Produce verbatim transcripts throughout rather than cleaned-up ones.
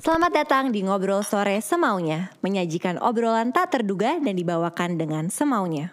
Selamat datang di Ngobrol Sore Semaunya, menyajikan obrolan tak terduga dan dibawakan dengan semaunya.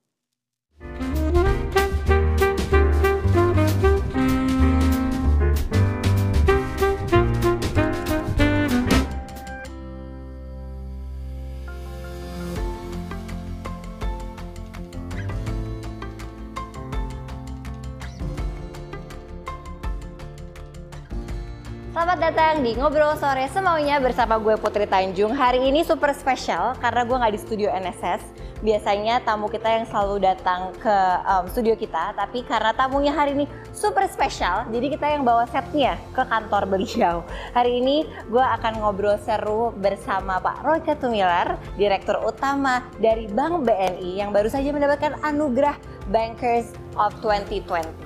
Selamat datang di Ngobrol Sore Semaunya bersama gue Putri Tanjung. Hari ini super spesial karena gue nggak di studio N S S. Biasanya tamu kita yang selalu datang ke um, studio kita, tapi karena tamunya hari ini super spesial, jadi kita yang bawa setnya ke kantor beliau. Hari ini gue akan ngobrol seru bersama Pak Royke Tumilar, Direktur Utama dari Bank B N I yang baru saja mendapatkan anugerah Bankers of dua ribu dua puluh.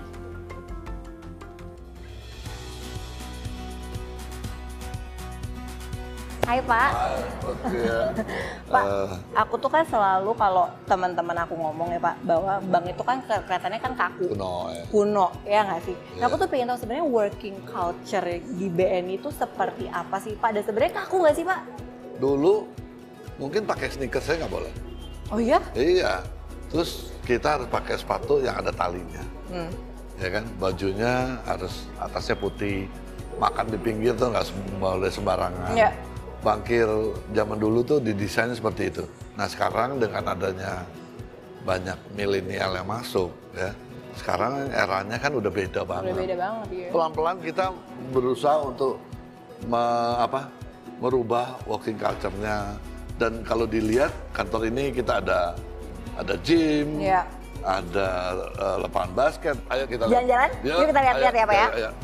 Hai Pak. Hai, ya. Pak, uh, aku tuh kan selalu kalau teman-teman aku ngomong ya Pak, bahwa bank itu kan kelihatannya kan kaku, kuno ya. kuno ya nggak sih? Yeah. Nah, aku tuh pengen tahu sebenarnya working culture di B N I itu seperti apa sih Pak? Dan sebenarnya kaku nggak sih Pak? Dulu mungkin pakai sneakers saya nggak boleh. Oh iya? Iya. Terus kita harus pakai sepatu yang ada talinya. Hmm. Ya kan, bajunya harus atasnya putih. Makan di pinggir tuh nggak boleh sembarangan. Yeah. Bankir zaman dulu tuh didesain seperti itu. Nah sekarang dengan adanya banyak milenial yang masuk ya, sekarang eranya kan udah beda banget. Udah beda banget ya. Pelan-pelan kita berusaha untuk me, apa, merubah working culture-nya. Dan kalau dilihat kantor ini kita ada ada gym, ya. ada uh, lapangan basket. Ayo kita jalan-jalan. Yuk kita lihat-lihat ya Pak ya. Ayo.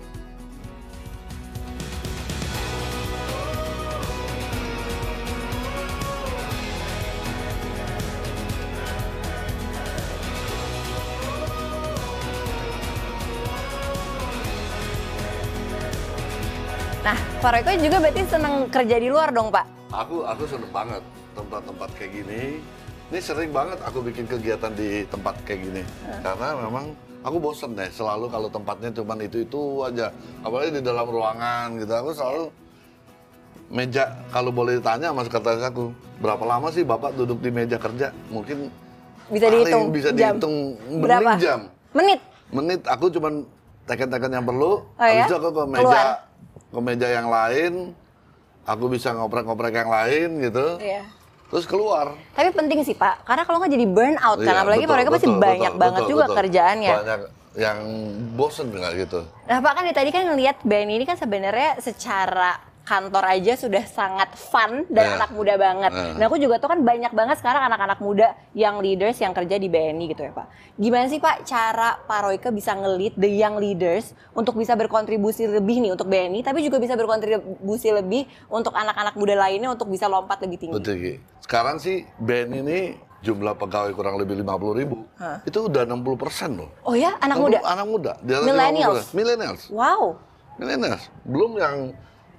Nah, Pak Royke juga berarti seneng kerja di luar dong, Pak? Aku aku seneng banget tempat-tempat kayak gini. Ini sering banget aku bikin kegiatan di tempat kayak gini. Hmm. Karena memang aku bosen deh, selalu kalau tempatnya cuma itu-itu aja. Apalagi di dalam ruangan gitu, aku selalu meja, kalau boleh ditanya sama sekretaris aku, berapa lama sih Bapak duduk di meja kerja? Mungkin bisa dihitung bisa jam. dihitung Berapa? jam. Menit? Menit, aku cuma tekan-tekan yang perlu, oh, habis ya? itu aku ke meja. Keluar. ke meja yang lain, aku bisa ngoprek-ngoprek yang lain gitu, iya. Terus keluar. Tapi penting sih Pak, karena kalau nggak jadi burn out iya, kan, apalagi mereka pasti banyak betul, banget betul, juga betul. kerjaannya. Banyak yang bosen nggak gitu. Nah Pak, kan tadi kan ngelihat B N I ini kan sebenarnya secara kantor aja sudah sangat fun dan yeah. anak muda banget. Yeah. Nah aku juga tuh kan banyak banget sekarang anak-anak muda yang leaders yang kerja di B N I gitu ya Pak. Gimana sih Pak cara Pak Royke bisa nge-lead the young leaders untuk bisa berkontribusi lebih nih untuk B N I, tapi juga bisa berkontribusi lebih untuk anak-anak muda lainnya untuk bisa lompat lebih tinggi. Betul. Sekarang sih B N I ini jumlah pegawai kurang lebih lima puluh ribu. Huh? Itu udah enam puluh persen loh. Oh ya, anak muda? Anak muda. Millennials? Millennials. Wow. Millennials. Belum yang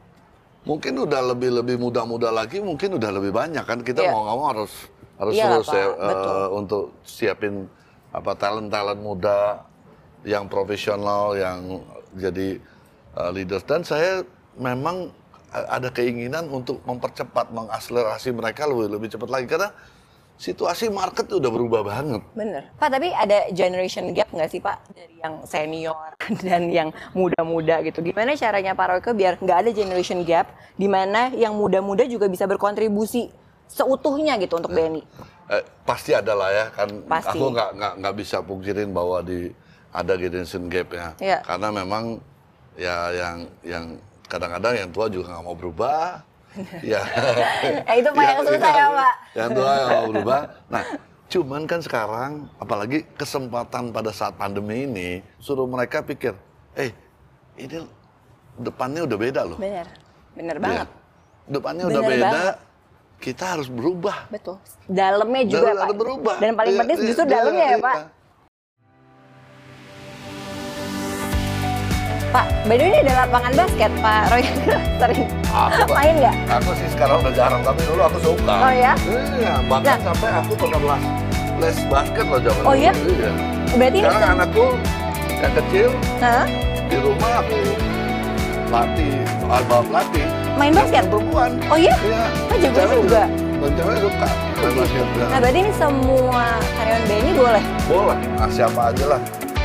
mungkin udah lebih lebih muda-muda lagi, mungkin udah lebih banyak kan, kita yeah. mau ngomong harus harus Iyalah, terus ya, uh, untuk siapin apa talent-talent muda yang profesional yang jadi uh, leaders. Dan saya memang ada keinginan untuk mempercepat, mengakselerasi mereka lebih lebih cepat lagi karena situasi market udah berubah banget. Bener. Pak, tapi ada generation gap nggak sih Pak? Dari yang senior dan yang muda-muda gitu. Gimana caranya Pak Royke biar nggak ada generation gap, di mana yang muda-muda juga bisa berkontribusi seutuhnya gitu untuk nah, B N I? Eh, pasti ada lah ya, kan pasti. Aku nggak nggak nggak bisa pungkirin bahwa di ada generation gap ya. Ya. Karena memang ya yang yang kadang-kadang yang tua juga nggak mau berubah. Ya. ya itu Pak yang susah ya Pak. Yang tua yang mau berubah. Nah, cuman kan sekarang, apalagi kesempatan pada saat pandemi ini, suruh mereka pikir, eh ini depannya udah beda loh. Bener, bener banget. Ya, depannya bener udah beda, banget. Kita harus berubah. Betul. Dalamnya juga Pak. Berubah. Dan paling penting justru ya, dalamnya ya, ya Pak. Pak, by the way ini ada lapangan basket, Pak Royke sering aku, main nggak? Aku sih sekarang udah jarang, tapi dulu aku suka. Oh ya? Iya, bahkan nah. sampai aku pernah les, les basket loh zaman oh, dulu. Iya? Iya. Berarti sekarang ini anakku yang kecil, huh? di rumah aku pelatih, soal bawa pelatih. Main basket? Perempuan. Oh iya? Iya. Oh jago juga. Dan cewek suka main basket. Nah berarti ini semua karyawan B N I boleh? Boleh. Nah siapa aja lah.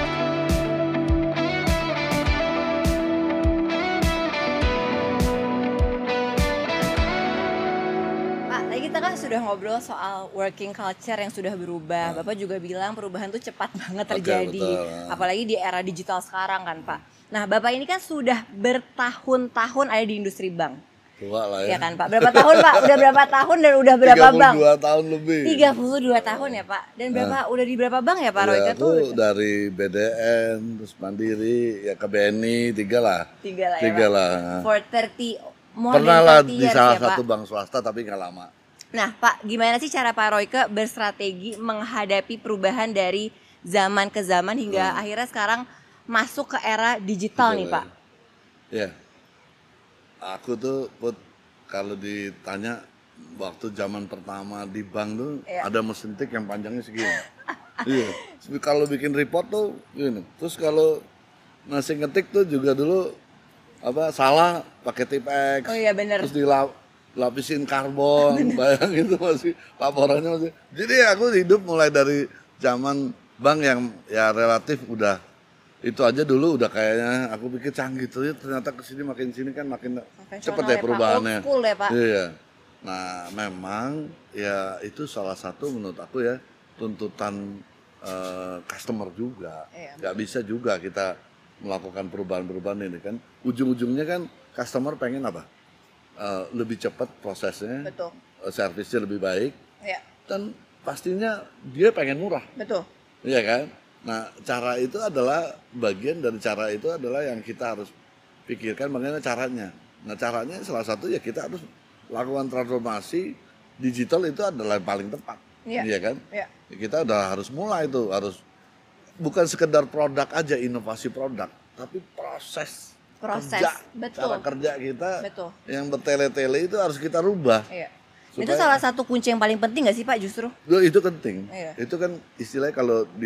Kita kan sudah ngobrol soal working culture yang sudah berubah. Bapak juga bilang perubahan tuh cepat banget terjadi. Betul, apalagi di era digital sekarang kan Pak. Nah Bapak ini kan sudah bertahun-tahun ada di industri bank. Tua lah ya. Iya kan Pak. Berapa tahun Pak? Udah berapa tahun dan udah berapa bank? tiga puluh dua tahun lebih. tiga puluh dua tahun ya Pak. Dan berapa nah, udah di berapa bank ya Pak Royke ya, tuh? Dari B D N, terus Mandiri, ya ke B N I, tiga lah. Tiga lah ya Tiga Pak. lah. For tiga more Pernah lah than di salah ya, satu Pak? bank swasta tapi nggak lama. Nah Pak, gimana sih cara Pak Royke berstrategi menghadapi perubahan dari zaman ke zaman hingga hmm. akhirnya sekarang masuk ke era digital Betul, nih Pak? Ya, aku tuh Put, kalau ditanya waktu zaman pertama di bank tuh ya. Ada mesin tik yang panjangnya segini. Iya, kalau bikin report tuh gini. Terus kalau nasi ngetik tuh juga dulu apa salah pakai tip X. Oh iya benar. Terus dilap lapisin karbon, bayang itu masih laporannya masih. Jadi aku hidup mulai dari zaman bank yang ya relatif udah itu aja dulu udah kayaknya aku pikir canggih tuh ya, ternyata kesini makin sini kan makin cepet ya perubahannya. Old school ya Pak. Iya. Nah memang ya itu salah satu menurut aku ya tuntutan uh, customer juga. Iya. Gak bisa juga kita melakukan perubahan-perubahan ini kan. Ujung-ujungnya kan customer pengen apa? Uh, lebih cepat prosesnya, Betul. Uh, servisnya lebih baik, ya. Dan pastinya dia pengen murah, betul, iya kan? Nah cara itu adalah bagian dari cara itu adalah yang kita harus pikirkan bagaimana caranya. Nah caranya salah satu ya kita harus lakukan transformasi digital itu adalah yang paling tepat, ya. Iya kan? Ya. Kita udah harus mulai itu harus bukan sekedar produk aja inovasi produk, tapi proses. Proses, kerja, betul. Cara kerja kita betul. Yang bertele-tele itu harus kita rubah. Iya. Supaya, itu salah satu kunci yang paling penting nggak sih Pak justru? Itu penting. Iya. Itu kan istilahnya kalau di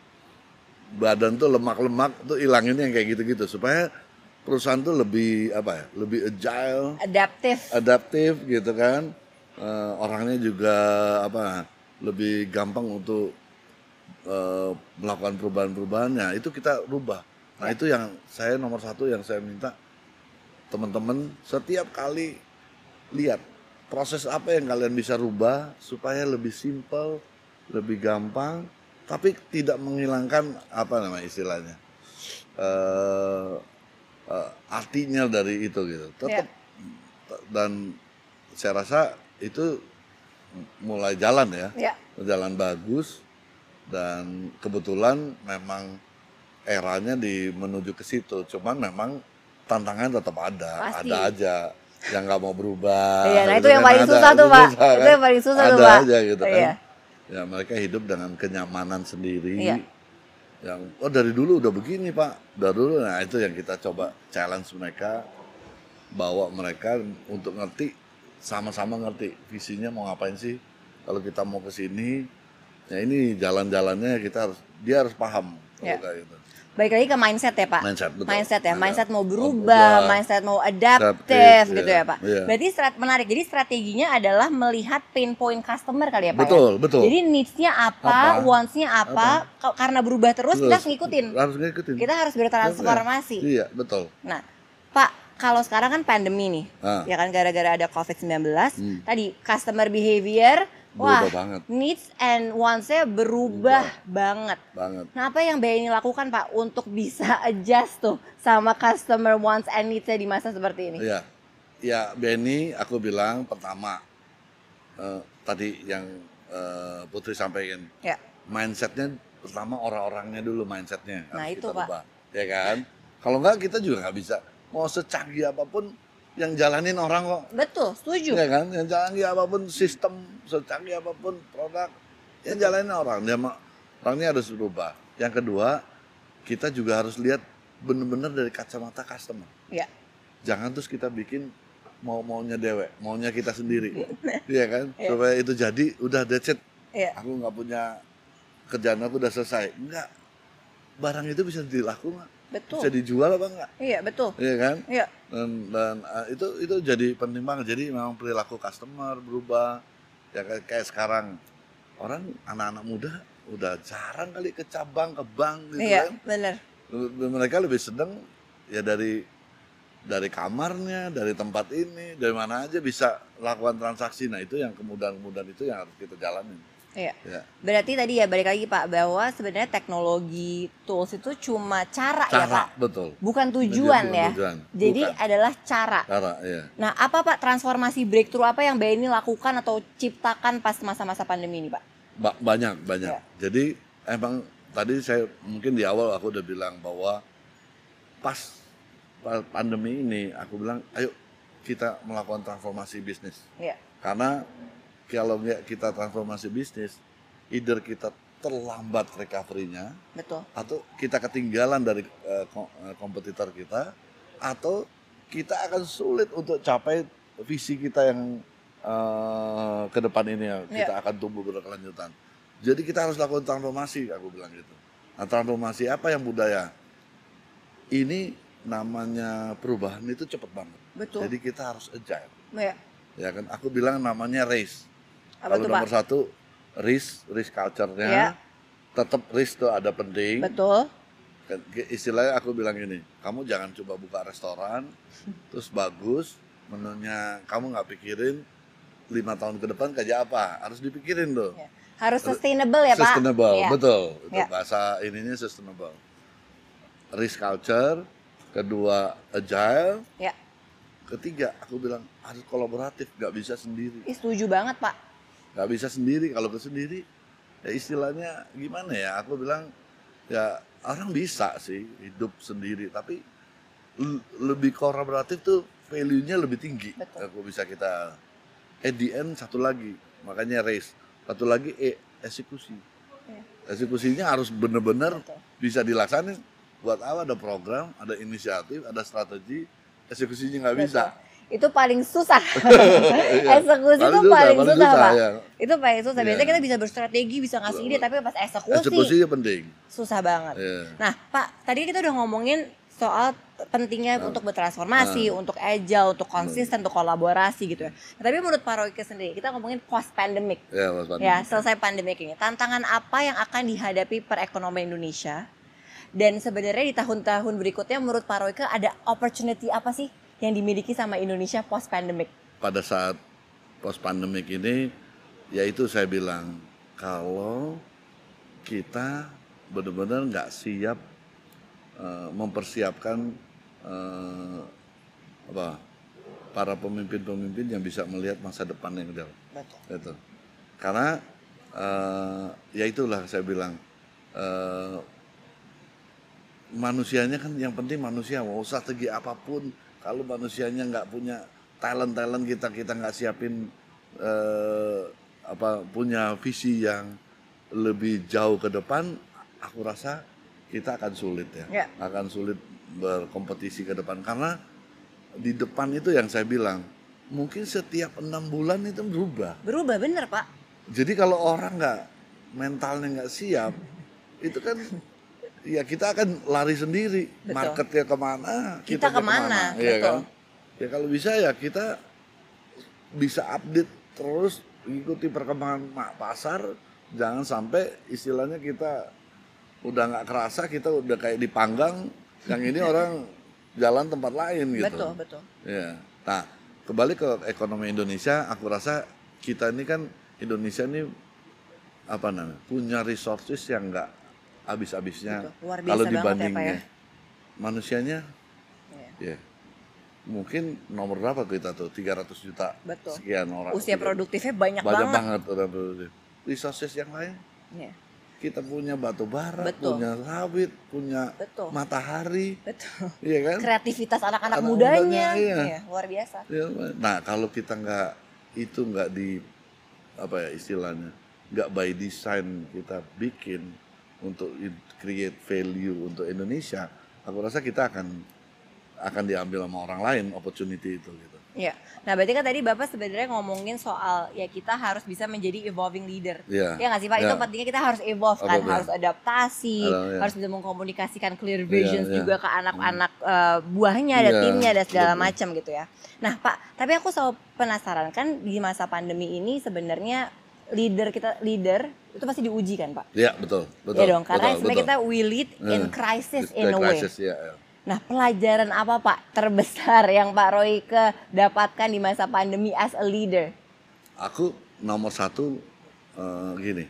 badan tuh lemak-lemak tuh hilangin yang kayak gitu-gitu supaya perusahaan tuh lebih apa ya? Lebih agile, adaptif, adaptif gitu kan. Uh, orangnya juga apa? Lebih gampang untuk uh, melakukan perubahan-perubahannya. Itu kita rubah. Nah itu yang saya nomor satu yang saya minta teman-teman setiap kali lihat proses apa yang kalian bisa rubah supaya lebih simpel, lebih gampang, tapi tidak menghilangkan apa namanya istilahnya uh, uh, artinya dari itu gitu. Tetap ya. Dan saya rasa itu mulai jalan ya, ya. Jalan bagus dan kebetulan memang eranya di menuju ke situ, cuman memang tantangan tetap ada, Pasti. ada aja yang nggak mau berubah. Iya, nah itu yang paling susah tuh Pak, itu yang paling susah tuh Pak. Ada aja gitu kan. Iya. Ya mereka hidup dengan kenyamanan sendiri. Iya. Yang oh dari dulu udah begini Pak, dari dulu. Nah itu yang kita coba challenge mereka, bawa mereka untuk ngerti, sama-sama ngerti visinya mau ngapain sih. Kalau kita mau ke sini, ya ini jalan-jalannya kita harus dia harus paham. Iya. Kayak gitu. Baik lagi ke mindset ya Pak. Mindset, betul. Mindset ya, mindset mau berubah, berubah mindset mau adaptif gitu iya, ya Pak. Iya. Berarti strat menarik. Jadi strateginya adalah melihat pain point customer kali ya Pak. Betul, ya? betul. Jadi needs-nya apa, apa? wants-nya apa, apa, karena berubah terus, terus kita harus ngikutin. Harus ngikutin. Kita harus bertransformasi. Iya, iya, betul. Nah, Pak, kalau sekarang kan pandemi nih, ah. ya kan gara-gara ada covid sembilan belas, hmm. tadi customer behavior berubah wah, banget. Needs and wants-nya berubah, berubah banget. banget. Nah, apa yang B N I lakukan Pak untuk bisa adjust tuh sama customer wants and needs-nya di masa seperti ini? Iya, ya B N I aku bilang pertama uh, tadi yang uh, Putri sampaikan, ya. Mindsetnya pertama orang-orangnya dulu mindsetnya harus nah, kita itu, ubah, Pak. Ya kan? Kalau enggak kita juga nggak bisa mau secanggih apapun. Yang jalanin orang kok. Betul, setuju. Ya kan, yang canggih apapun sistem, secanggih apapun produk, yang jalanin orang. Dia orangnya harus berubah. Yang kedua, kita juga harus lihat benar-benar dari kacamata customer. Ya. Jangan terus kita bikin mau-maunya dewek, maunya kita sendiri. Iya kan? Ya. Supaya itu jadi, udah that's it. Ya. Aku nggak punya kerjaan, aku udah selesai. Enggak. Barang itu bisa dilakukan. Betul. Bisa dijual apa enggak? Iya, betul. Iya kan? Iya. Dan, dan uh, itu itu jadi penting banget. Jadi memang perilaku customer berubah. Ya kayak, kayak sekarang orang anak-anak muda udah jarang kali ke cabang, ke bank gitu iya, kan. Bener. Mereka lebih seneng ya dari dari kamarnya, dari tempat ini, dari mana aja bisa lakukan transaksi. Nah itu yang kemudahan-kemudahan itu yang harus kita jalanin. Iya. Ya. Berarti tadi ya balik lagi Pak bahwa sebenarnya teknologi tools itu cuma cara, cara ya Pak. Betul. Bukan tujuan bukan ya. Tujuan. Jadi Bukan. adalah cara. Cara, iya. Nah, apa Pak transformasi breakthrough apa yang B N I lakukan atau ciptakan pas masa-masa pandemi ini Pak? Ba- banyak, banyak. Ya. Jadi emang tadi saya mungkin di awal aku udah bilang bahwa pas pandemi ini aku bilang ayo kita melakukan transformasi bisnis. Ya. Karena kalau nggak kita transformasi bisnis, either kita terlambat recovery-nya, betul, atau kita ketinggalan dari uh, kompetitor kita, atau kita akan sulit untuk capai visi kita yang uh, ke depan ini ya, kita ya. akan tumbuh berkelanjutan. Jadi kita harus lakukan transformasi, aku bilang gitu. Nah transformasi apa yang budaya? Ini namanya perubahan itu cepat banget. Betul. Jadi kita harus agile. Ya. Ya kan, aku bilang namanya race. Apa Kalau tuh, nomor Pak? satu risk, risk culture-nya, ya. tetap risk tuh ada penting. Betul. Istilahnya aku bilang gini, kamu jangan coba buka restoran, terus bagus, menunya kamu nggak pikirin lima tahun ke depan kerja apa, harus dipikirin tuh. Ya. Harus sustainable ya Pak? Sustainable, ya. betul. Itu ya. bahasa ininya sustainable. Risk culture, kedua agile, ya. ketiga aku bilang harus kolaboratif, nggak bisa sendiri. Ih, setuju banget Pak. Nggak bisa sendiri, kalau ke sendiri ya istilahnya gimana ya, aku bilang ya orang bisa sih hidup sendiri, tapi lebih kolaboratif tuh value-nya lebih tinggi. Betul. Aku bisa kita at the end satu lagi, makanya race, satu lagi e, eksekusi. Ya. Eksekusinya harus benar-benar bisa dilaksanain. Buat apa ada program, ada inisiatif, ada strategi, eksekusinya nggak bisa. Itu paling susah. Eksekusi itu paling susah, susah Pak. Ya. Itu paling susah. Biasanya ya. Kita bisa berstrategi, bisa ngasih ide, tapi pas eksekusi. Eksekusinya penting. Susah banget. Ya. Nah, Pak, tadi kita udah ngomongin soal pentingnya nah. untuk bertransformasi, nah. untuk agile, untuk konsisten, nah. untuk kolaborasi gitu ya. Nah, tapi menurut Pak Royke sendiri, kita ngomongin post pandemic. Ya, post pandemic. Ya, selesai pandemic ini. Tantangan apa yang akan dihadapi perekonomian Indonesia? Dan sebenarnya di tahun-tahun berikutnya menurut Pak Royke ada opportunity apa sih yang dimiliki sama Indonesia post pandemic? Pada saat post pandemic ini, yaitu saya bilang kalau kita benar-benar nggak siap uh, mempersiapkan uh, apa para pemimpin-pemimpin yang bisa melihat masa depan yang jauh. Betul. Gitu. Karena uh, ya itulah saya bilang. Uh, manusianya kan yang penting manusia, mau strategi apapun kalau manusianya nggak punya talent talent kita kita nggak siapin eh, apa punya visi yang lebih jauh ke depan, aku rasa kita akan sulit ya, ya. akan sulit berkompetisi ke depan karena di depan itu yang saya bilang mungkin setiap enam bulan itu berubah berubah bener Pak. Jadi kalau orang nggak mentalnya nggak siap itu kan ya kita akan lari sendiri. Betul. Marketnya kemana, kita, kita kemana, kemana. Ya kan? Ya kalau bisa ya kita bisa update terus, ikuti perkembangan pasar, jangan sampai istilahnya kita udah nggak kerasa kita udah kayak dipanggang, yang ini orang jalan tempat lain gitu. Betul, betul. Ya. Nah, kembali ke ekonomi Indonesia, aku rasa kita ini kan Indonesia ini apa namanya punya resources yang nggak habis-habisnya kalau dibandingnya ya, ya? manusianya ya. ya mungkin nomor berapa kita tuh tiga ratus juta. Betul. Sekian orang usia produktifnya banyak, banyak banget banget orang produktif. Resources yang lain ya. Kita punya batu bara, Betul. punya sawit, punya Betul. matahari. Betul. Iya kan? Kreativitas anak-anak mudanya, mudanya iya. Ya, luar biasa. Ya, nah kalau kita nggak itu nggak di apa ya istilahnya nggak by design kita bikin untuk create value untuk Indonesia, aku rasa kita akan akan diambil sama orang lain opportunity itu gitu. Iya. Nah, berarti kan tadi Bapak sebenarnya ngomongin soal ya kita harus bisa menjadi evolving leader. Iya. Ya nggak sih Pak? Ya. Itu pentingnya kita harus evolve kan, Apa, harus adaptasi, Ada, ya. harus bisa mengkomunikasikan clear visions ya, ya. juga ke anak-anak uh, buahnya, ada ya, timnya, dan segala betul. macam gitu ya. Nah Pak, tapi aku selalu penasaran kan di masa pandemi ini sebenarnya leader kita leader itu pasti diuji kan Pak? Iya betul. Betul. Ya dong, karena betul, sebenarnya betul. kita we lead in crisis uh, in a way. Crisis, ya, ya. Nah, pelajaran apa Pak terbesar yang Pak Royke dapatkan di masa pandemi as a leader? Aku nomor satu uh, gini,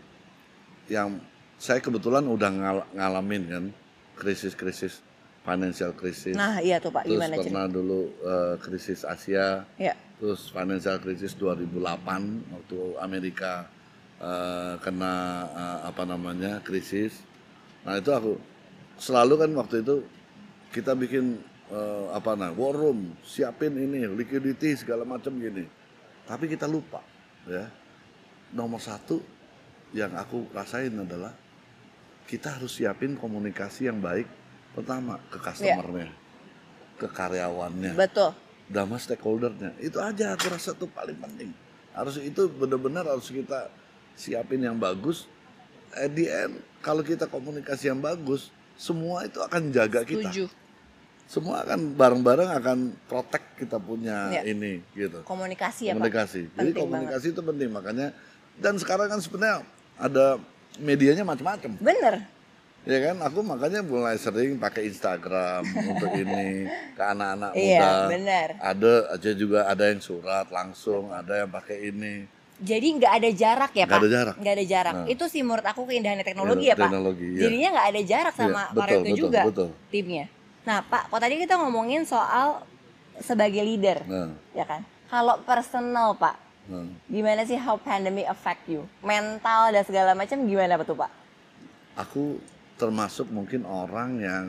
yang saya kebetulan udah ngal ngalamin kan krisis-krisis, financial krisis. Nah iya tuh Pak, terus gimana pernah cerita? dulu uh, krisis Asia, Ya. terus financial krisis dua ribu delapan waktu Amerika uh, kena uh, apa namanya krisis. Nah itu aku selalu kan waktu itu kita bikin uh, apa nah war room, siapin ini liquidity segala macam gini, tapi kita lupa ya nomor satu yang aku rasain adalah kita harus siapin komunikasi yang baik pertama ke customernya, ya. Ke karyawannya, Betul, sama stakeholdernya. Itu aja aku rasa tuh paling penting. Harus itu benar-benar harus kita siapin yang bagus. At the end kalau kita komunikasi yang bagus, semua itu akan jaga kita. setuju. Semua akan bareng-bareng akan protect kita punya Ya. ini gitu. Komunikasi ya Komunikasi. Pak. Jadi Penting komunikasi itu penting, makanya dan sekarang kan sebenarnya ada medianya macam-macam. Bener. Ya kan, aku makanya mulai sering pakai Instagram untuk ini ke anak-anak Iya, muda. benar. Ada aja juga ada yang surat langsung, ada yang pakai ini. Jadi nggak ada jarak ya Nggak Pak? ada jarak. Nggak ada jarak. Nah. Itu sih menurut aku keindahannya teknologi Ya, ya Pak. teknologi, iya. Jadinya nggak ada jarak sama Iya, Pak betul, Royke betul, juga betul. timnya. Nah Pak, kok tadi kita ngomongin soal sebagai leader, Nah, ya kan? Kalau personal Pak, nah. gimana sih how pandemic affect you? Mental dan segala macam gimana tuh Pak? Aku termasuk mungkin orang yang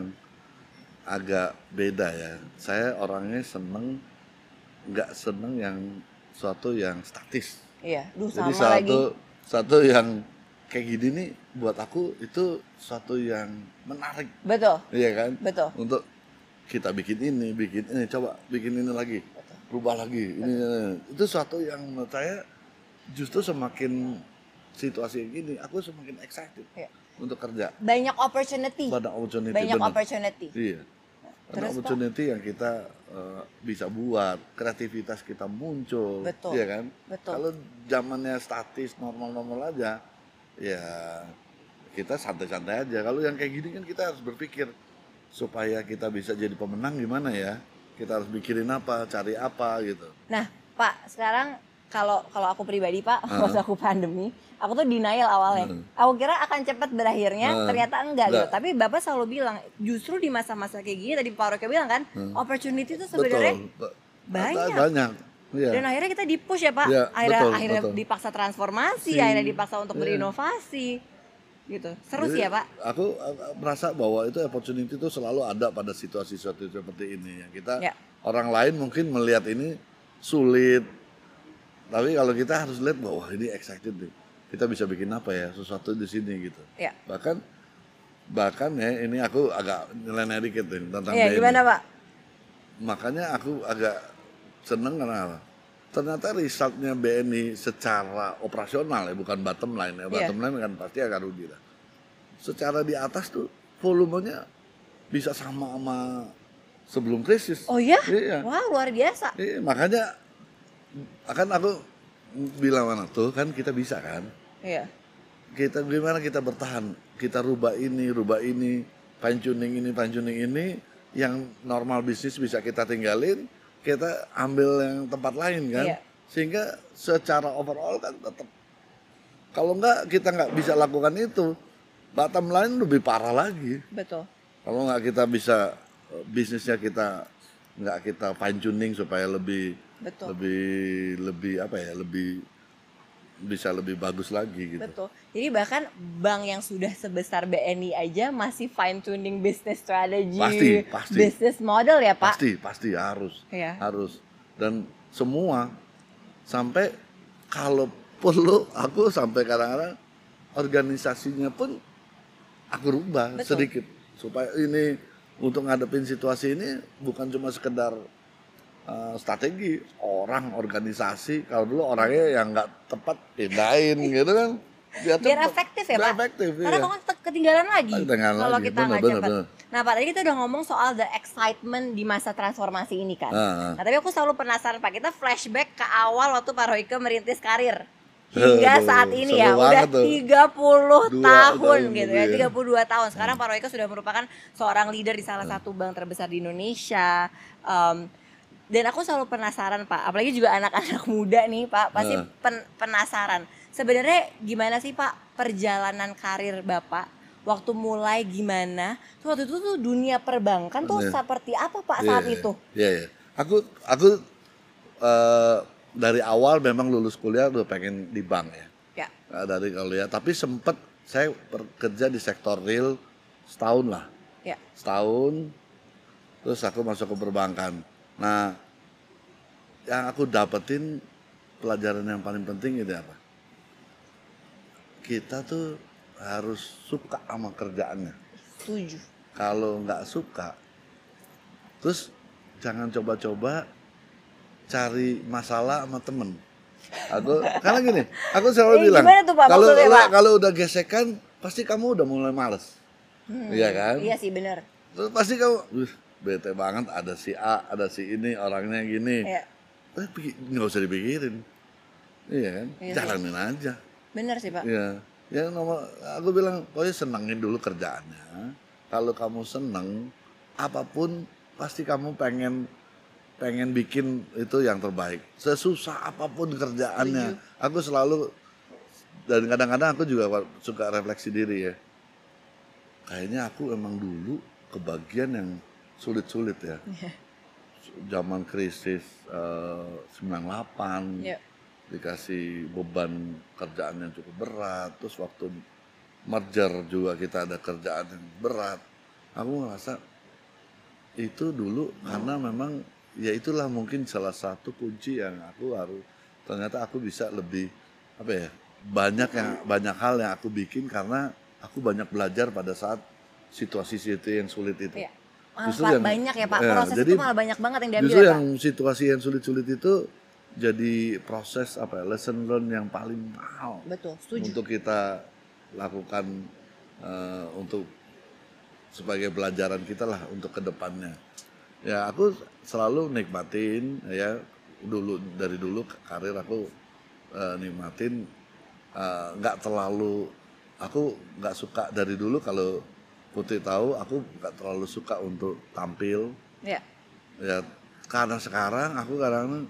agak beda ya. Saya orangnya seneng, nggak seneng yang suatu yang statis. Iya, duh Jadi sama lagi. satu satu yang kayak gini nih buat aku itu suatu yang menarik, Betul, iya kan? betul. Untuk kita bikin ini, bikin ini, coba bikin ini lagi, rubah lagi. Ini, ini itu suatu yang menurut saya justru semakin situasi yang gini, aku semakin excited Iya. untuk kerja. Banyak opportunity. Banyak opportunity. Banyak bener. opportunity. Iya. Ada Terus, opportunity yang kita uh, bisa buat, kreativitas kita muncul, Betul, iya kan? betul. Kalau zamannya statis, normal-normal aja, ya kita santai-santai aja. Kalau yang kayak gini kan kita harus berpikir supaya kita bisa jadi pemenang gimana ya? Kita harus mikirin apa, cari apa gitu. Nah, Pak, sekarang kalau kalau aku pribadi Pak, Uh. pas aku pandemi, aku tuh denial awalnya. Uh. Aku kira akan cepat berakhirnya, Uh. ternyata enggak gitu. Enggak. Tapi Bapak selalu bilang, justru di masa-masa kayak gini tadi Pak Royke bilang kan, Uh. opportunity itu sebenarnya Betul. banyak. Banyak. Iya. Dan akhirnya kita di-push ya Pak. Iya, akhirnya betul, akhirnya betul. dipaksa transformasi, Si- akhirnya dipaksa untuk iya. berinovasi. Gitu. Seru sih Jadi, ya Pak. Aku uh, merasa bahwa itu opportunity itu selalu ada pada situasi-situasi seperti ini. Yang kita Ya. orang lain mungkin melihat ini sulit, tapi kalau kita harus lihat bahwa ini excited nih. Kita bisa bikin apa ya sesuatu di sini gitu. Ya. Bahkan bahkan ya ini aku agak nyeleneh dikit nih tentang Iya, B N I. gimana Pak? Makanya aku agak seneng karena apa? Ternyata resultnya B N I secara operasional ya, bukan bottom line ya. Bottom line kan pasti akan rugi lah. Secara di atas tuh volumenya bisa sama sama sebelum krisis. Oh ya? Iya. Wah, luar biasa. Iya, makanya akan aku bilang mana tuh kan kita bisa kan. Iya. Kita gimana kita bertahan? Kita rubah ini, rubah ini, fine tuning ini, fine tuning ini yang normal bisnis bisa kita tinggalin, kita ambil yang tempat lain kan. Iya. Sehingga secara overall kan tetap kalau enggak kita nggak bisa lakukan itu, bottom line lebih parah lagi. Betul. Kalau nggak kita bisa bisnisnya kita nggak kita fine tuning supaya lebih Betul. lebih lebih apa ya lebih bisa lebih bagus lagi gitu. Betul. Jadi bahkan bank yang sudah sebesar B N I aja masih fine tuning business strategy, Pasti, pasti. business model ya Pak. Pasti pasti harus Iya. harus dan semua sampai kalau perlu aku sampai kadang-kadang organisasinya pun aku rubah Betul. sedikit supaya ini untuk ngadepin situasi ini bukan cuma sekedar uh, strategi orang organisasi. Kalau dulu orangnya yang nggak tepat pindahin gitu kan. Biar, biar efektif ya biar Pak. Efektif, Karena iya. kalau ketinggalan lagi kalau kita nggak cepat. Nah Pak, tadi kita udah ngomong soal the excitement di masa transformasi ini kan. Uh, nah tapi aku selalu penasaran Pak, kita flashback ke awal waktu Pak Royke merintis karir. Hingga Aduh, saat ini ya, udah tiga puluh tahun gitu ya, tiga puluh dua tahun. Sekarang hmm. Pak Royke sudah merupakan seorang leader di salah satu bank terbesar di Indonesia. Um, dan aku selalu penasaran Pak, apalagi juga anak-anak muda nih Pak, pasti pen penasaran. Sebenarnya gimana sih Pak perjalanan karir Bapak? Waktu mulai gimana? Terus waktu itu tuh dunia perbankan tuh yeah. seperti apa Pak saat yeah, itu? Iya, yeah, yeah. aku aku uh, dari awal memang lulus kuliah udah pengen di bank ya. Yeah. Nah, dari kuliah, tapi sempet saya bekerja di sektor real setahun lah. Yeah. Setahun, terus aku masuk ke perbankan. Nah, yang aku dapetin pelajaran yang paling penting itu apa? Kita tuh harus suka sama kerjaannya. Setuju. Kalau nggak suka, terus jangan coba-coba cari masalah sama temen. Aku karena gini, aku selalu eh, bilang kalau kalau udah gesekan pasti kamu udah mulai males, hmm, iya kan? Iya sih benar. Terus pasti kamu, uh, bete banget ada si A, ada si ini orangnya gini. Iya. Tapi nggak usah dipikirin, iya kan? Iya, jalanin iya. aja. Benar sih Pak. Iya. Ya nomor, aku bilang, pokoknya senengin dulu kerjaannya. Kalau kamu seneng, apapun pasti kamu pengen pengen bikin itu yang terbaik. Sesusah apapun kerjaannya. Tujuh. Aku selalu, dan kadang-kadang aku juga suka refleksi diri ya. Kayaknya aku emang dulu kebagian yang sulit-sulit ya. Yeah. Zaman krisis uh, sembilan puluh delapan. Yeah. Dikasih beban kerjaan yang cukup berat, terus waktu merger juga kita ada kerjaan yang berat. Aku ngerasa itu dulu karena memang ya itulah mungkin salah satu kunci yang aku harus, ternyata aku bisa lebih apa ya, banyak yang banyak hal yang aku bikin karena aku banyak belajar pada saat situasi-situasi yang sulit itu. Iya. Justru yang banyak ya Pak, proses ya, jadi, itu malah banyak banget yang diambil justru ya, Pak. Yang situasi yang sulit-sulit itu jadi proses apa ya, lesson learn yang paling mahal. Betul, setuju. Untuk kita lakukan uh, untuk sebagai pelajaran kita lah untuk kedepannya. Ya aku selalu nikmatin ya, dulu dari dulu karir aku uh, nikmatin nggak uh, terlalu, aku nggak suka dari dulu, kalau Putri tahu aku nggak terlalu suka untuk tampil. Ya. Ya karena sekarang aku kadang-kadang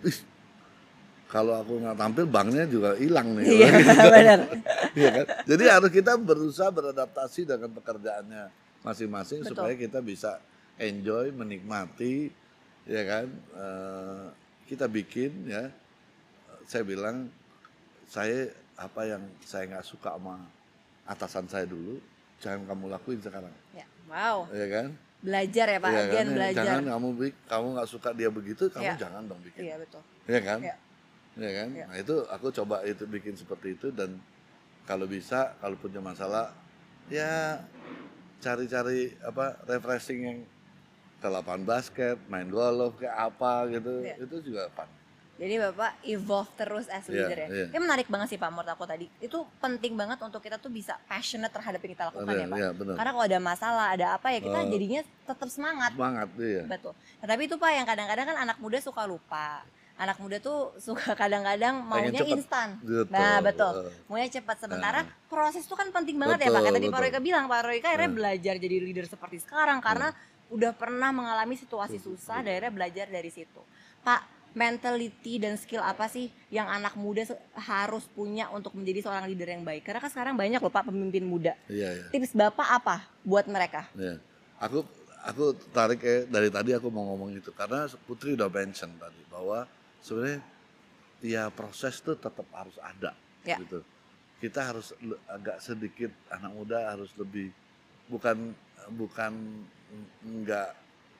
kalau aku nggak tampil banknya juga hilang nih. Iya, benar. Iya kan? Jadi harus kita berusaha beradaptasi dengan pekerjaannya masing-masing. Betul. Supaya kita bisa enjoy, menikmati, ya kan? Uh, kita bikin ya. Saya bilang, saya apa yang saya nggak suka sama atasan saya dulu, jangan kamu lakuin sekarang. Ya. Wow. Ya kan? Belajar ya Pak, ya, kan? belajar. Jangan kamu kamu nggak suka dia begitu, kamu ya. jangan dong bikin. Iya betul. Ya kan? Ya. Ya kan, ya. Nah itu aku coba itu bikin seperti itu, dan kalau bisa, kalau punya masalah, ya cari-cari apa refreshing yang ke lapangan basket, main golf, kayak apa gitu, ya. Itu juga fun. Jadi Bapak evolve terus as leader ya. ya. Ini menarik banget sih Pak, menurut aku tadi. Itu penting banget untuk kita tuh bisa passionate terhadap yang kita lakukan ya, ya Pak. Ya, karena kalau ada masalah, ada apa ya, kita uh, jadinya tetap semangat. Semangat, iya. Betul. Nah, tapi itu Pak yang kadang-kadang kan anak muda suka lupa. Anak muda tuh suka kadang-kadang maunya instan. Nah betul, maunya cepat. Sementara nah. proses tuh kan penting banget betul, ya Pak. Kayak tadi Pak Royke bilang, Pak Royke akhirnya nah. belajar jadi leader seperti sekarang karena nah. udah pernah mengalami situasi susah, akhirnya belajar dari situ. Pak, mentality dan skill apa sih yang anak muda harus punya untuk menjadi seorang leader yang baik? Karena kan sekarang banyak loh Pak pemimpin muda. Iya, iya. Tips Bapak apa buat mereka? Iya. Aku aku tarik ya, dari tadi aku mau ngomong itu karena Putri udah mention tadi bahwa sebenarnya ya proses tuh tetap harus ada ya. Gitu. Kita harus agak sedikit, anak muda harus lebih, bukan bukan enggak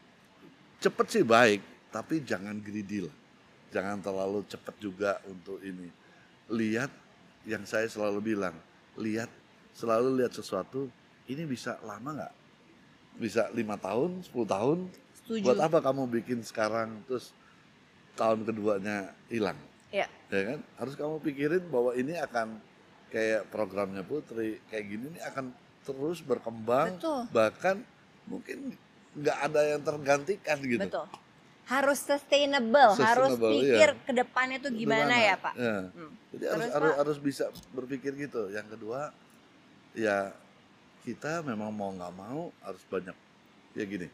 cepet sih baik, tapi jangan greedy lah, jangan terlalu cepet juga untuk ini. Lihat yang saya selalu bilang, lihat selalu lihat sesuatu ini bisa lama nggak, bisa lima tahun, sepuluh tahun. Setuju. Buat apa kamu bikin sekarang terus tahun keduanya hilang. Ya. Ya kan? Harus kamu pikirin bahwa ini akan kayak programnya Putri, kayak gini nih akan terus berkembang. Betul. Bahkan mungkin nggak ada yang tergantikan gitu. Betul. Harus sustainable, sustainable harus pikir iya. ke depannya tuh gimana, gimana? ya Pak. Ya. Hmm. Jadi Terus, harus, harus harus bisa berpikir gitu. Yang kedua, ya kita memang mau nggak mau harus banyak, ya gini,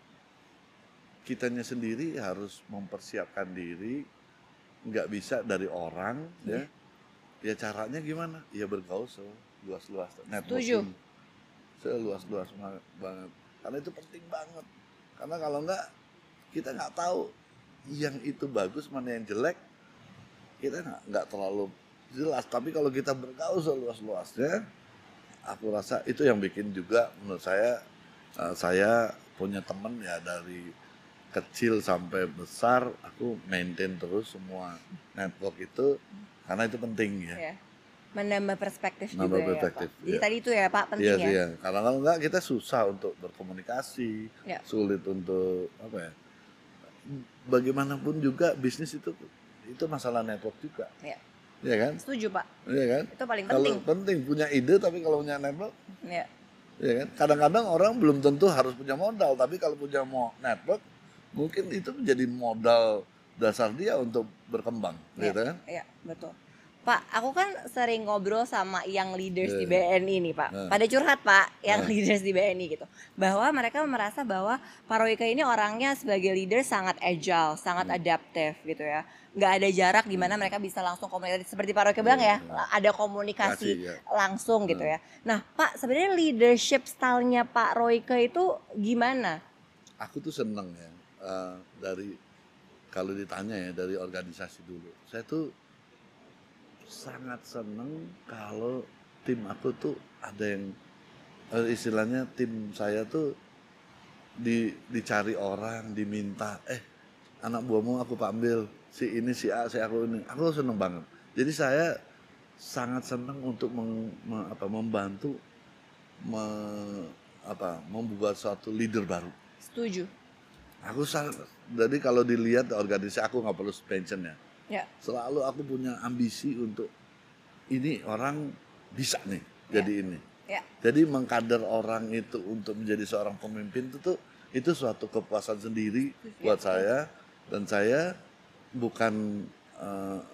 kitanya sendiri harus mempersiapkan diri, nggak bisa dari orang, yeah. ya. Ya caranya gimana? Ya bergaul seluas-luas, networking, seluas-luas banget. Karena itu penting banget. Karena kalau nggak, kita nggak tahu yang itu bagus mana yang jelek, kita nggak nggak terlalu jelas. Tapi kalau kita bergaul seluas-luasnya, aku rasa itu yang bikin juga menurut saya, uh, saya punya temen ya dari kecil sampai besar, aku maintain terus semua network itu karena itu penting ya. Ya. Menambah perspektif Menambah juga perspektif, ya Pak. Jadi ya. Tadi itu ya Pak penting iya, ya. Iya. Karena kalau enggak kita susah untuk berkomunikasi, ya. Sulit untuk apa ya? Bagaimanapun juga bisnis itu itu masalah network juga. Ya. Iya kan? Setuju Pak. Iya kan? Itu paling penting. Kalau penting punya ide tapi kalau punya network, ya. Iya kan? Kadang-kadang orang belum tentu harus punya modal, tapi kalau punya network mungkin itu menjadi modal dasar dia untuk berkembang, ya. Gitu kan? Iya, betul. Pak, aku kan sering ngobrol sama yang leaders yeah. di B N I nih Pak. Nah. Pada curhat Pak, yang nah. leaders di B N I gitu. Bahwa mereka merasa bahwa Pak Royke ini orangnya sebagai leader sangat agile, sangat hmm. adaptif gitu ya. Nggak ada jarak di mana mereka bisa langsung komunikasi. Seperti Pak Royke bilang ya, yeah. ada komunikasi Kasih, ya. langsung gitu ya. Nah Pak, sebenarnya leadership style-nya Pak Royke itu gimana? Aku tuh seneng ya, uh, dari kalau ditanya ya dari organisasi dulu. Saya tuh sangat seneng kalau tim aku tuh ada yang istilahnya tim saya tuh di, dicari orang, diminta eh anak buahmu aku panggil si ini si A si aku ini, aku seneng banget. Jadi saya sangat seneng untuk meng, me, apa, membantu me, apa, membuat suatu leader baru. Setuju. Aku sangat, jadi kalau dilihat organisasi aku nggak perlu pension ya. Ya. Selalu aku punya ambisi untuk ini orang bisa nih jadi ya. ini. Ya. Jadi mengkader orang itu untuk menjadi seorang pemimpin itu tuh itu suatu kepuasan sendiri ya. buat saya dan saya bukan uh,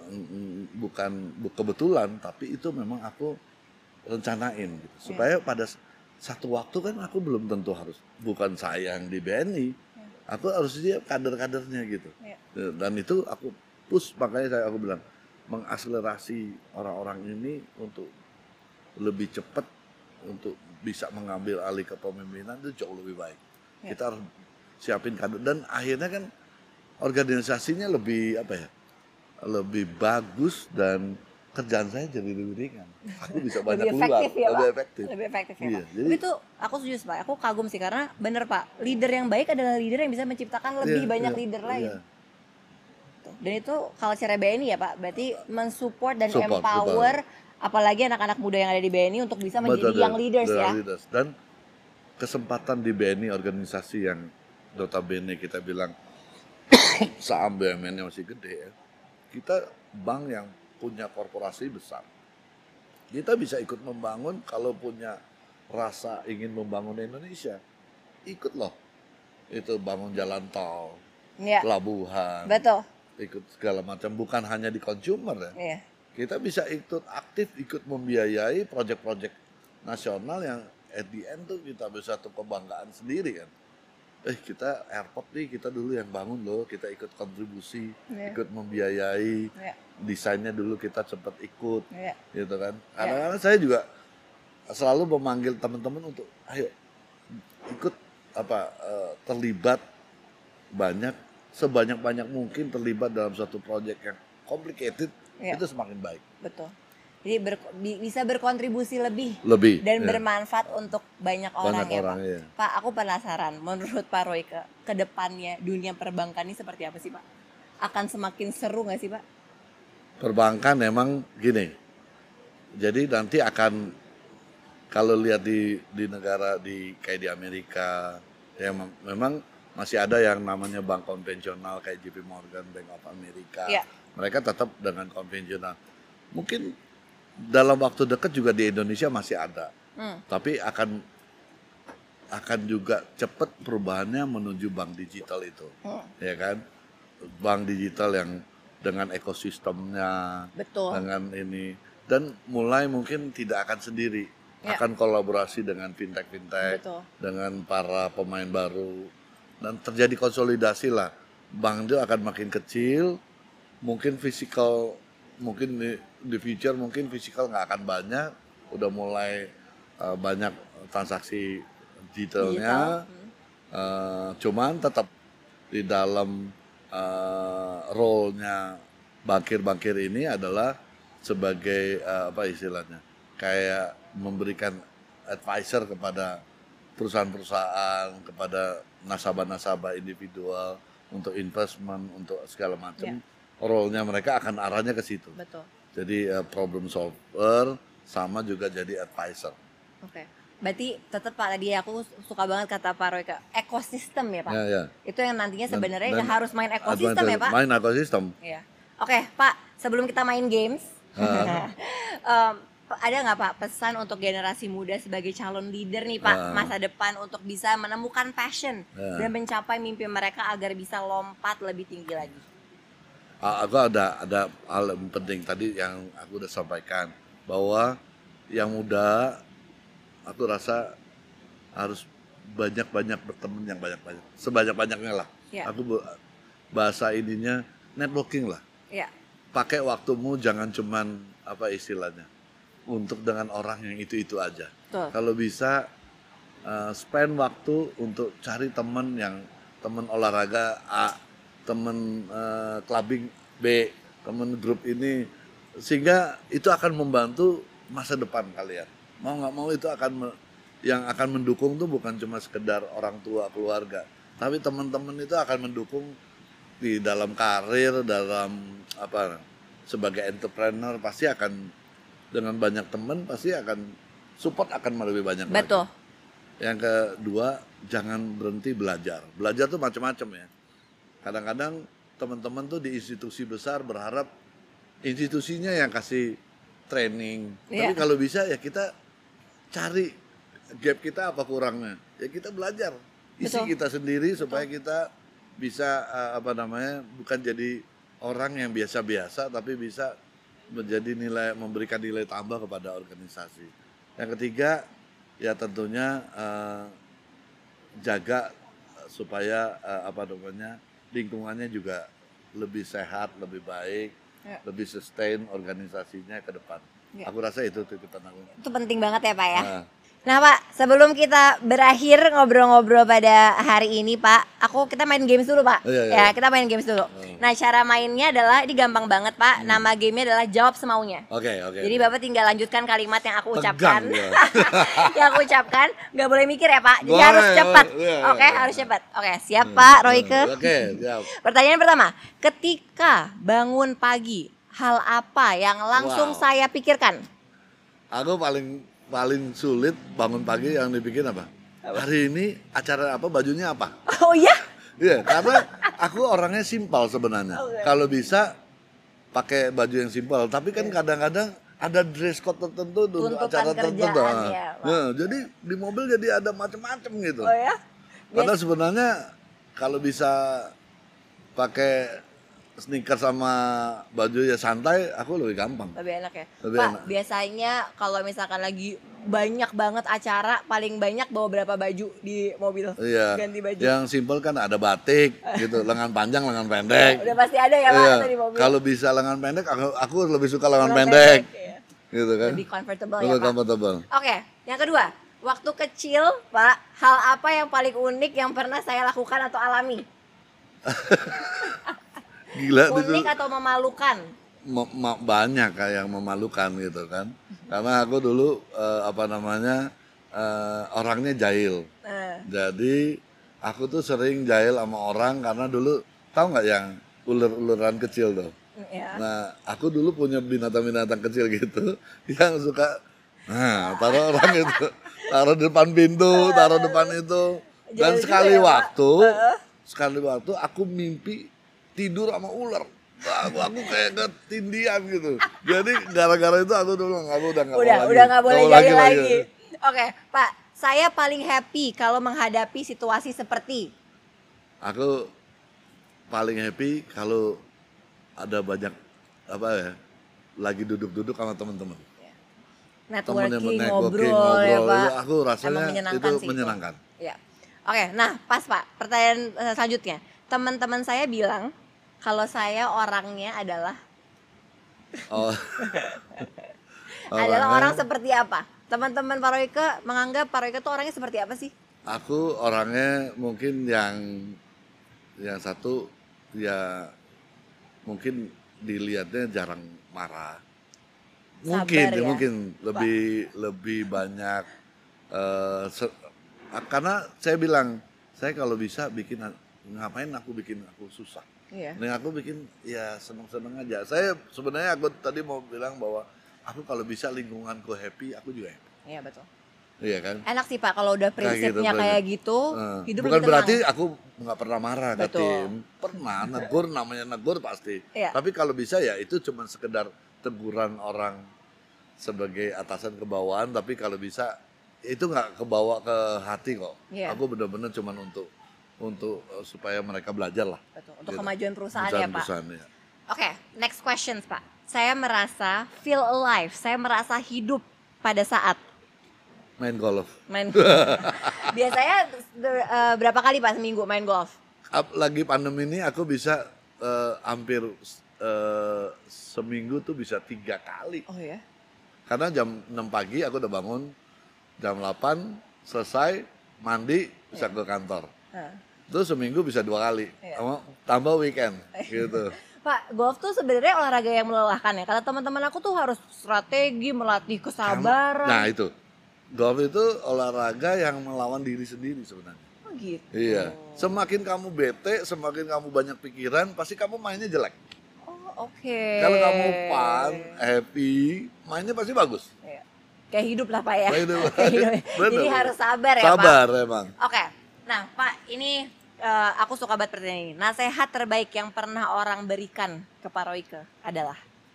bukan kebetulan tapi itu memang aku rencanain gitu. Supaya ya. pada satu waktu kan aku belum tentu harus bukan saya yang di B N I. Ya. Aku harus dia kader-kadernya gitu. Ya. Dan itu aku push, makanya saya aku bilang mengakselerasi orang-orang ini untuk lebih cepat untuk bisa mengambil alih kepemimpinan itu jauh lebih baik. Ya. Kita harus siapin kader dan akhirnya kan organisasinya lebih apa ya? Lebih bagus dan kerjaan saya jadi lebih ringan. Aku bisa banyak keluar, ya, lebih efektif. Lebih efektif ya, iya, Pak. Jadi itu aku setuju Pak. Aku kagum sih karena bener Pak, leader yang baik adalah leader yang bisa menciptakan lebih iya, banyak iya, leader lain. Iya. Dan itu culture B N I ya Pak, berarti mensupport dan Support, empower betul. Apalagi anak-anak muda yang ada di B N I untuk bisa menjadi betul, yang leaders ya. Leaders. Dan kesempatan di B N I organisasi yang notabene kita bilang saham B U M N-nya masih gede ya. Kita bank yang punya korporasi besar. Kita bisa ikut membangun kalau punya rasa ingin membangun Indonesia. Ikut loh. Itu bangun jalan tol, ya. Pelabuhan. Betul. Ikut segala macam, bukan hanya di consumer ya. Iya. Kita bisa ikut aktif, ikut membiayai proyek-proyek nasional yang at the end tuh kita bisa tuh kebanggaan sendiri kan. Eh kita airport nih, kita dulu yang bangun loh, kita ikut kontribusi, iya. ikut membiayai, iya. desainnya dulu kita sempat ikut, iya. gitu kan. Kadang-kadang iya. saya juga selalu memanggil teman-teman untuk, ayo ikut apa terlibat banyak. Sebanyak-banyak mungkin terlibat dalam suatu proyek yang complicated, ya. Itu semakin baik. Betul. Jadi ber, bisa berkontribusi lebih, lebih dan ya. bermanfaat untuk banyak orang banyak ya orang, Pak. Ya. Pak, aku penasaran, menurut Pak Royke, ke depannya dunia perbankan ini seperti apa sih Pak? Akan semakin seru nggak sih Pak? Perbankan emang gini, jadi nanti akan kalau lihat di di negara di kayak di Amerika, ya memang masih ada yang namanya bank konvensional kayak J P Morgan, Bank of America. Yeah. Mereka tetap dengan konvensional. Mungkin dalam waktu dekat juga di Indonesia masih ada. Hmm. Tapi akan akan juga cepat perubahannya menuju bank digital itu. Hmm. Ya kan? Bank digital yang dengan ekosistemnya, betul, dengan ini, dan mulai mungkin tidak akan sendiri, ya, akan kolaborasi dengan fintech-fintech, dengan para pemain baru, dan terjadi konsolidasi lah. Bank itu akan makin kecil, mungkin fisikal, mungkin di, di future mungkin fisikal nggak akan banyak, udah mulai uh, banyak transaksi digitalnya, Digital. hmm. uh, cuman tetap di dalam Uh, role-nya bankir-bankir ini adalah sebagai uh, apa istilahnya, kayak memberikan advisor kepada perusahaan-perusahaan, kepada nasabah-nasabah individual untuk investment, untuk segala macam. Yeah. Role-nya mereka akan arahnya ke situ. Betul. Jadi uh, problem solver sama juga jadi advisor. Oke. Okay. Berarti tetap Pak, tadi aku suka banget kata Pak Roy, ekosistem ya Pak. Ya, ya. Itu yang nantinya sebenarnya dan, dan harus main ekosistem ya Pak. Main ekosistem. Iya. Oke Pak, sebelum kita main games, uh. um, ada nggak Pak pesan untuk generasi muda sebagai calon leader nih Pak, uh. masa depan untuk bisa menemukan passion uh. dan mencapai mimpi mereka agar bisa lompat lebih tinggi lagi? Uh, aku ada ada hal yang penting tadi yang aku udah sampaikan, bahwa yang muda aku rasa harus banyak-banyak berteman yang banyak-banyak, sebanyak-banyaknya lah. Ya. Aku bahasa ininya networking lah. Ya. Pakai waktumu jangan cuman apa istilahnya untuk dengan orang yang itu-itu aja. Betul. Kalau bisa uh, spend waktu untuk cari teman yang teman olahraga A, teman uh, clubbing B, teman grup ini, sehingga itu akan membantu masa depan kalian. Mau nggak mau itu akan me, yang akan mendukung tuh bukan cuma sekedar orang tua keluarga, tapi teman-teman itu akan mendukung di dalam karir, dalam apa, sebagai entrepreneur pasti akan dengan banyak teman pasti akan support akan lebih banyak. Betul. Lagi. Yang kedua, jangan berhenti belajar. Belajar tuh macam-macam ya. Kadang-kadang teman-teman tuh di institusi besar berharap institusinya yang kasih training, yeah. Tapi kalau bisa ya kita cari gap kita apa kurangnya, ya kita belajar isi Betul. Kita sendiri supaya Betul. Kita bisa uh, apa namanya bukan jadi orang yang biasa-biasa tapi bisa menjadi nilai, memberikan nilai tambah kepada organisasi. Yang ketiga ya tentunya uh, jaga supaya uh, apa namanya lingkungannya juga lebih sehat, lebih baik, ya. Lebih sustain organisasinya ke depan. Ya. Aku rasa itu tuntutan aku. Itu penting banget ya Pak ya. Nah. Nah Pak, sebelum kita berakhir ngobrol-ngobrol pada hari ini Pak, aku kita main games dulu Pak. Oh, iya, iya. Ya kita main games dulu. Oh. Nah cara mainnya adalah ini gampang banget Pak. Hmm. Nama gamenya adalah jawab semaunya. Oke okay, oke. Okay, Jadi okay. Bapak tinggal lanjutkan kalimat yang aku ucapkan. Ya. Yang aku ucapkan, nggak boleh mikir ya Pak. Jadi boleh, harus cepat. Oke okay, okay, harus cepat. Oke okay, siap hmm. Pak Royke. Oke okay, siap. Pertanyaan pertama, ketika bangun pagi, hal apa yang langsung wow. saya pikirkan? Aku paling paling sulit bangun pagi yang dibikin apa? apa? Hari ini acara apa, bajunya apa? Oh iya? Iya, karena aku orangnya simpel sebenarnya. Okay. Kalau bisa pakai baju yang simpel, tapi kan kadang-kadang ada dress code tertentu untuk acara tertentu. Ya, nah, jadi di mobil jadi ada macam-macam gitu. Oh ya? Padahal yes. sebenarnya kalau bisa pakai sneaker sama baju ya santai, aku lebih gampang. Lebih enak ya. Lebih Pak, enak. Biasanya kalau misalkan lagi banyak banget acara, paling banyak bawa berapa baju di mobil? Iya. Ganti baju. Yang simpel kan ada batik gitu, lengan panjang, lengan pendek. Udah pasti ada ya Pak iya. di mobil. Kalau bisa lengan pendek, aku, aku lebih suka lengan, lengan pendek. pendek iya. Gitu kan. Lebih comfortable lebih ya Pak. comfortable. Oke, yang kedua, waktu kecil Pak, hal apa yang paling unik yang pernah saya lakukan atau alami? Gila, unik itu, atau memalukan? Me- banyak kayak yang memalukan gitu kan. Karena aku dulu uh, apa namanya uh, orangnya jahil. Uh. Jadi aku tuh sering jahil sama orang karena dulu tahu nggak yang ular-ularan kecil tuh. Yeah. Nah aku dulu punya binatang-binatang kecil gitu yang suka nah taruh orang itu, taruh di depan pintu, taruh depan itu. Dan jahil sekali ya, waktu. Uh. sekali waktu aku mimpi tidur sama ular. Aku, aku kayak ketindian gitu. Jadi gara-gara itu aku dulu aku udah nggak udah, mau udah nggak boleh jadi lagi. lagi. lagi. Oke, Pak, saya paling happy kalau menghadapi situasi seperti. Aku paling happy kalau ada banyak apa ya, lagi duduk-duduk sama teman-teman. Networking, ngobrol, ngobrol ya Pak. Ya, aku rasanya itu sih menyenangkan. Itu. Ya. Oke, nah pas Pak, pertanyaan selanjutnya. Teman-teman saya bilang kalau saya orangnya adalah oh. adalah orang seperti apa? Teman-teman Pak Royke menganggap Pak Royke itu orangnya seperti apa sih? Aku orangnya mungkin yang yang satu ya mungkin dilihatnya jarang marah. Mungkin Sabar, ya? mungkin lebih Pak. lebih banyak uh, se- karena saya bilang saya kalau bisa bikin ngapain aku bikin aku susah. Iya. Nih aku bikin ya seneng-seneng aja. Saya sebenarnya aku tadi mau bilang bahwa aku kalau bisa lingkunganku happy, aku juga happy. Iya betul. Iya kan? Enak sih Pak kalau udah prinsipnya kayak gitu, kayak gitu uh, hidup bukan lebih tenang. Berarti aku nggak pernah marah ke tim. Pernah negur, namanya negur pasti. Iya. Tapi kalau bisa ya itu cuma sekedar teguran orang sebagai atasan ke bawahan, tapi kalau bisa itu nggak kebawa ke hati kok. Iya. Aku benar-benar cuma untuk untuk uh, supaya mereka belajar lah. Betul. Untuk gitu. Kemajuan perusahaan, perusahaan ya Pak. Perusahaan, ya. Oke, okay, next questions Pak. Saya merasa feel alive, saya merasa hidup pada saat main golf. Main golf. Biasanya uh, berapa kali Pak seminggu main golf? Lagi pandemi ini aku bisa uh, hampir uh, seminggu tuh bisa tiga kali. Oh ya? Karena jam enam pagi aku udah bangun, jam delapan selesai, mandi, bisa yeah. ke kantor. Uh. Terus seminggu bisa dua kali, yeah. tambah weekend gitu. Pak, golf tuh sebenarnya olahraga yang melelahkan ya. Karena teman-teman aku tuh harus strategi, melatih kesabaran. Nah itu. Golf itu olahraga yang melawan diri sendiri sebenarnya. Oh gitu. Iya. Semakin kamu bete, semakin kamu banyak pikiran, pasti kamu mainnya jelek. Oh oke. Okay. Kalau kamu fun, happy, mainnya pasti bagus. Iya. Kayak hidup lah Pak ya. Hidup. Jadi harus sabar ya sabar, Pak. Sabar emang. Oke. Okay. Nah Pak, ini uh, aku suka banget pertanyaan ini. Nasehat terbaik yang pernah orang berikan ke Pak Royke adalah?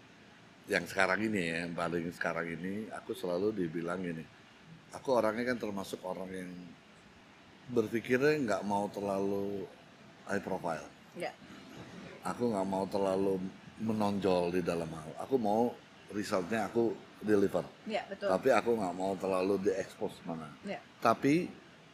Yang sekarang ini ya, yang paling sekarang ini, aku selalu dibilang gini. Aku orangnya kan termasuk orang yang berpikirnya nggak mau terlalu high profile. Ya. Aku nggak mau terlalu menonjol di dalam hal. Aku mau resultnya aku deliver. Ya, betul. Tapi aku nggak mau terlalu diekspos mana. Ya. Tapi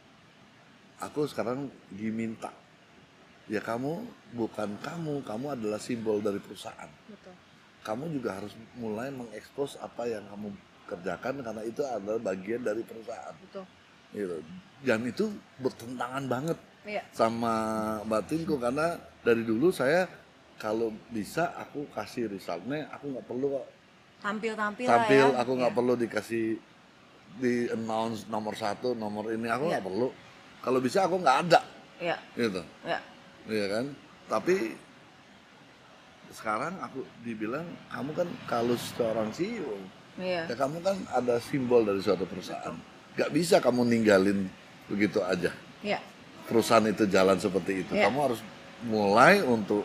aku sekarang diminta. Ya kamu bukan kamu, kamu adalah simbol dari perusahaan. Betul. Kamu juga harus mulai mengekspos apa yang kamu kerjakan karena itu adalah bagian dari perusahaan. Betul. Gitu. Dan itu bertentangan banget iya. sama batinku karena dari dulu saya kalau bisa aku kasih resultnya, aku nggak perlu kok tampil-tampil tampil, ya. aku nggak ya. perlu dikasih di announce nomor satu, nomor ini aku nggak ya. perlu. Kalau bisa aku nggak ada. Iya. Gitu. Iya. Iya kan. Tapi sekarang aku dibilang kamu kan kalau seorang C E O. Iya. Ya kamu kan ada simbol dari suatu perusahaan. Gak bisa kamu ninggalin begitu aja. Iya. Perusahaan itu jalan seperti itu. Iya. Kamu harus mulai untuk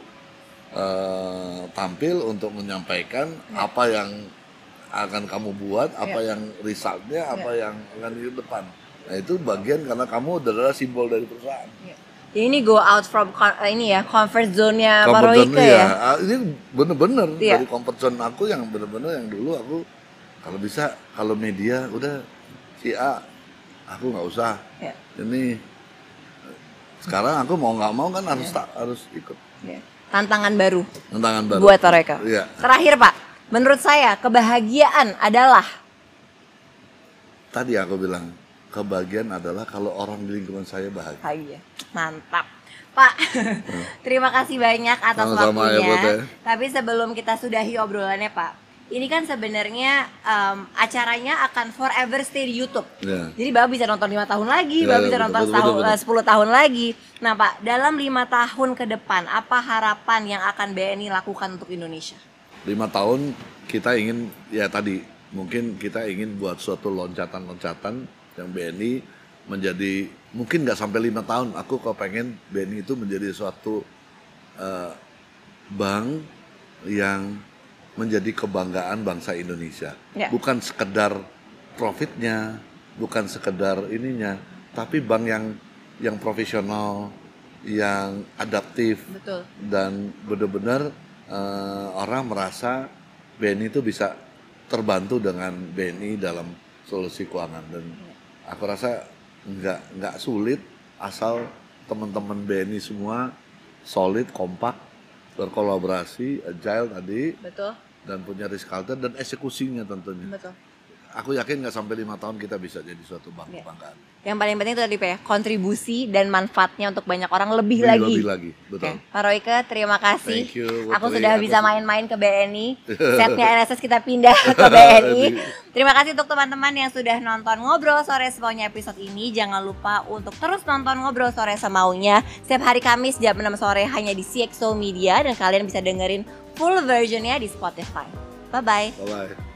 uh, tampil, untuk menyampaikan iya. apa yang akan kamu buat, apa iya. yang resultnya, apa iya. yang akan di depan. Nah itu bagian karena kamu adalah simbol dari perusahaan. Iya. Ini go out from ini ya comfort zone-nya Pak Royke ya. ya. Ini bener-bener iya. dari comfort zone aku yang bener-bener yang dulu aku kalau bisa, kalau media udah si A, aku nggak usah. Ya. Ini sekarang aku mau nggak mau kan harus ya. tak, harus ikut. Ya. Tantangan baru. Tantangan baru. Buat Pak Royke. Ya. Terakhir Pak, menurut saya kebahagiaan adalah. Tadi aku bilang kebahagiaan adalah kalau orang di lingkungan saya bahagia. Bahagia. Mantap. Pak, terima kasih banyak atas Sama-sama waktunya. Ya, ya. Tapi sebelum kita sudahi obrolannya Pak. Ini kan sebenarnya um, acaranya akan forever stay di YouTube. Yeah. Jadi Bapak bisa nonton lima tahun lagi, yeah, Bapak bisa betul, nonton betul, betul, betul. sepuluh tahun lagi. Nah Pak, dalam lima tahun ke depan, apa harapan yang akan B N I lakukan untuk Indonesia? Lima tahun kita ingin, ya tadi, mungkin kita ingin buat suatu loncatan-loncatan yang B N I menjadi mungkin nggak sampai lima tahun aku kepengen B N I itu menjadi suatu uh, bank yang menjadi kebanggaan bangsa Indonesia. Ya. Bukan sekedar profitnya, bukan sekedar ininya, tapi bank yang yang profesional, yang adaptif. Betul. Dan benar-benar uh, orang merasa B N I itu bisa terbantu dengan B N I dalam solusi keuangan. Dan aku rasa nggak nggak sulit asal teman-teman B N I semua solid, kompak, berkolaborasi, agile tadi. Betul. Dan punya risk culture dan eksekusinya tentunya. Betul. Aku yakin nggak sampai lima tahun kita bisa jadi suatu bank ya. Kebanggaan. Yang paling penting itu tadi Pak ya, kontribusi dan manfaatnya untuk banyak orang lebih, lebih lagi. Lebih lagi, betul. Okay. Pak Royke, terima kasih. Thank you, aku sudah aku bisa main-main ke B N I. Setnya N S S kita pindah ke B N I. Terima kasih untuk teman-teman yang sudah nonton Ngobrol Sore Semaunya episode ini. Jangan lupa untuk terus nonton Ngobrol Sore Semaunya setiap hari Kamis jam enam sore hanya di C X O Media, dan kalian bisa dengerin full versionnya di Spotify. Bye-bye. Bye-bye.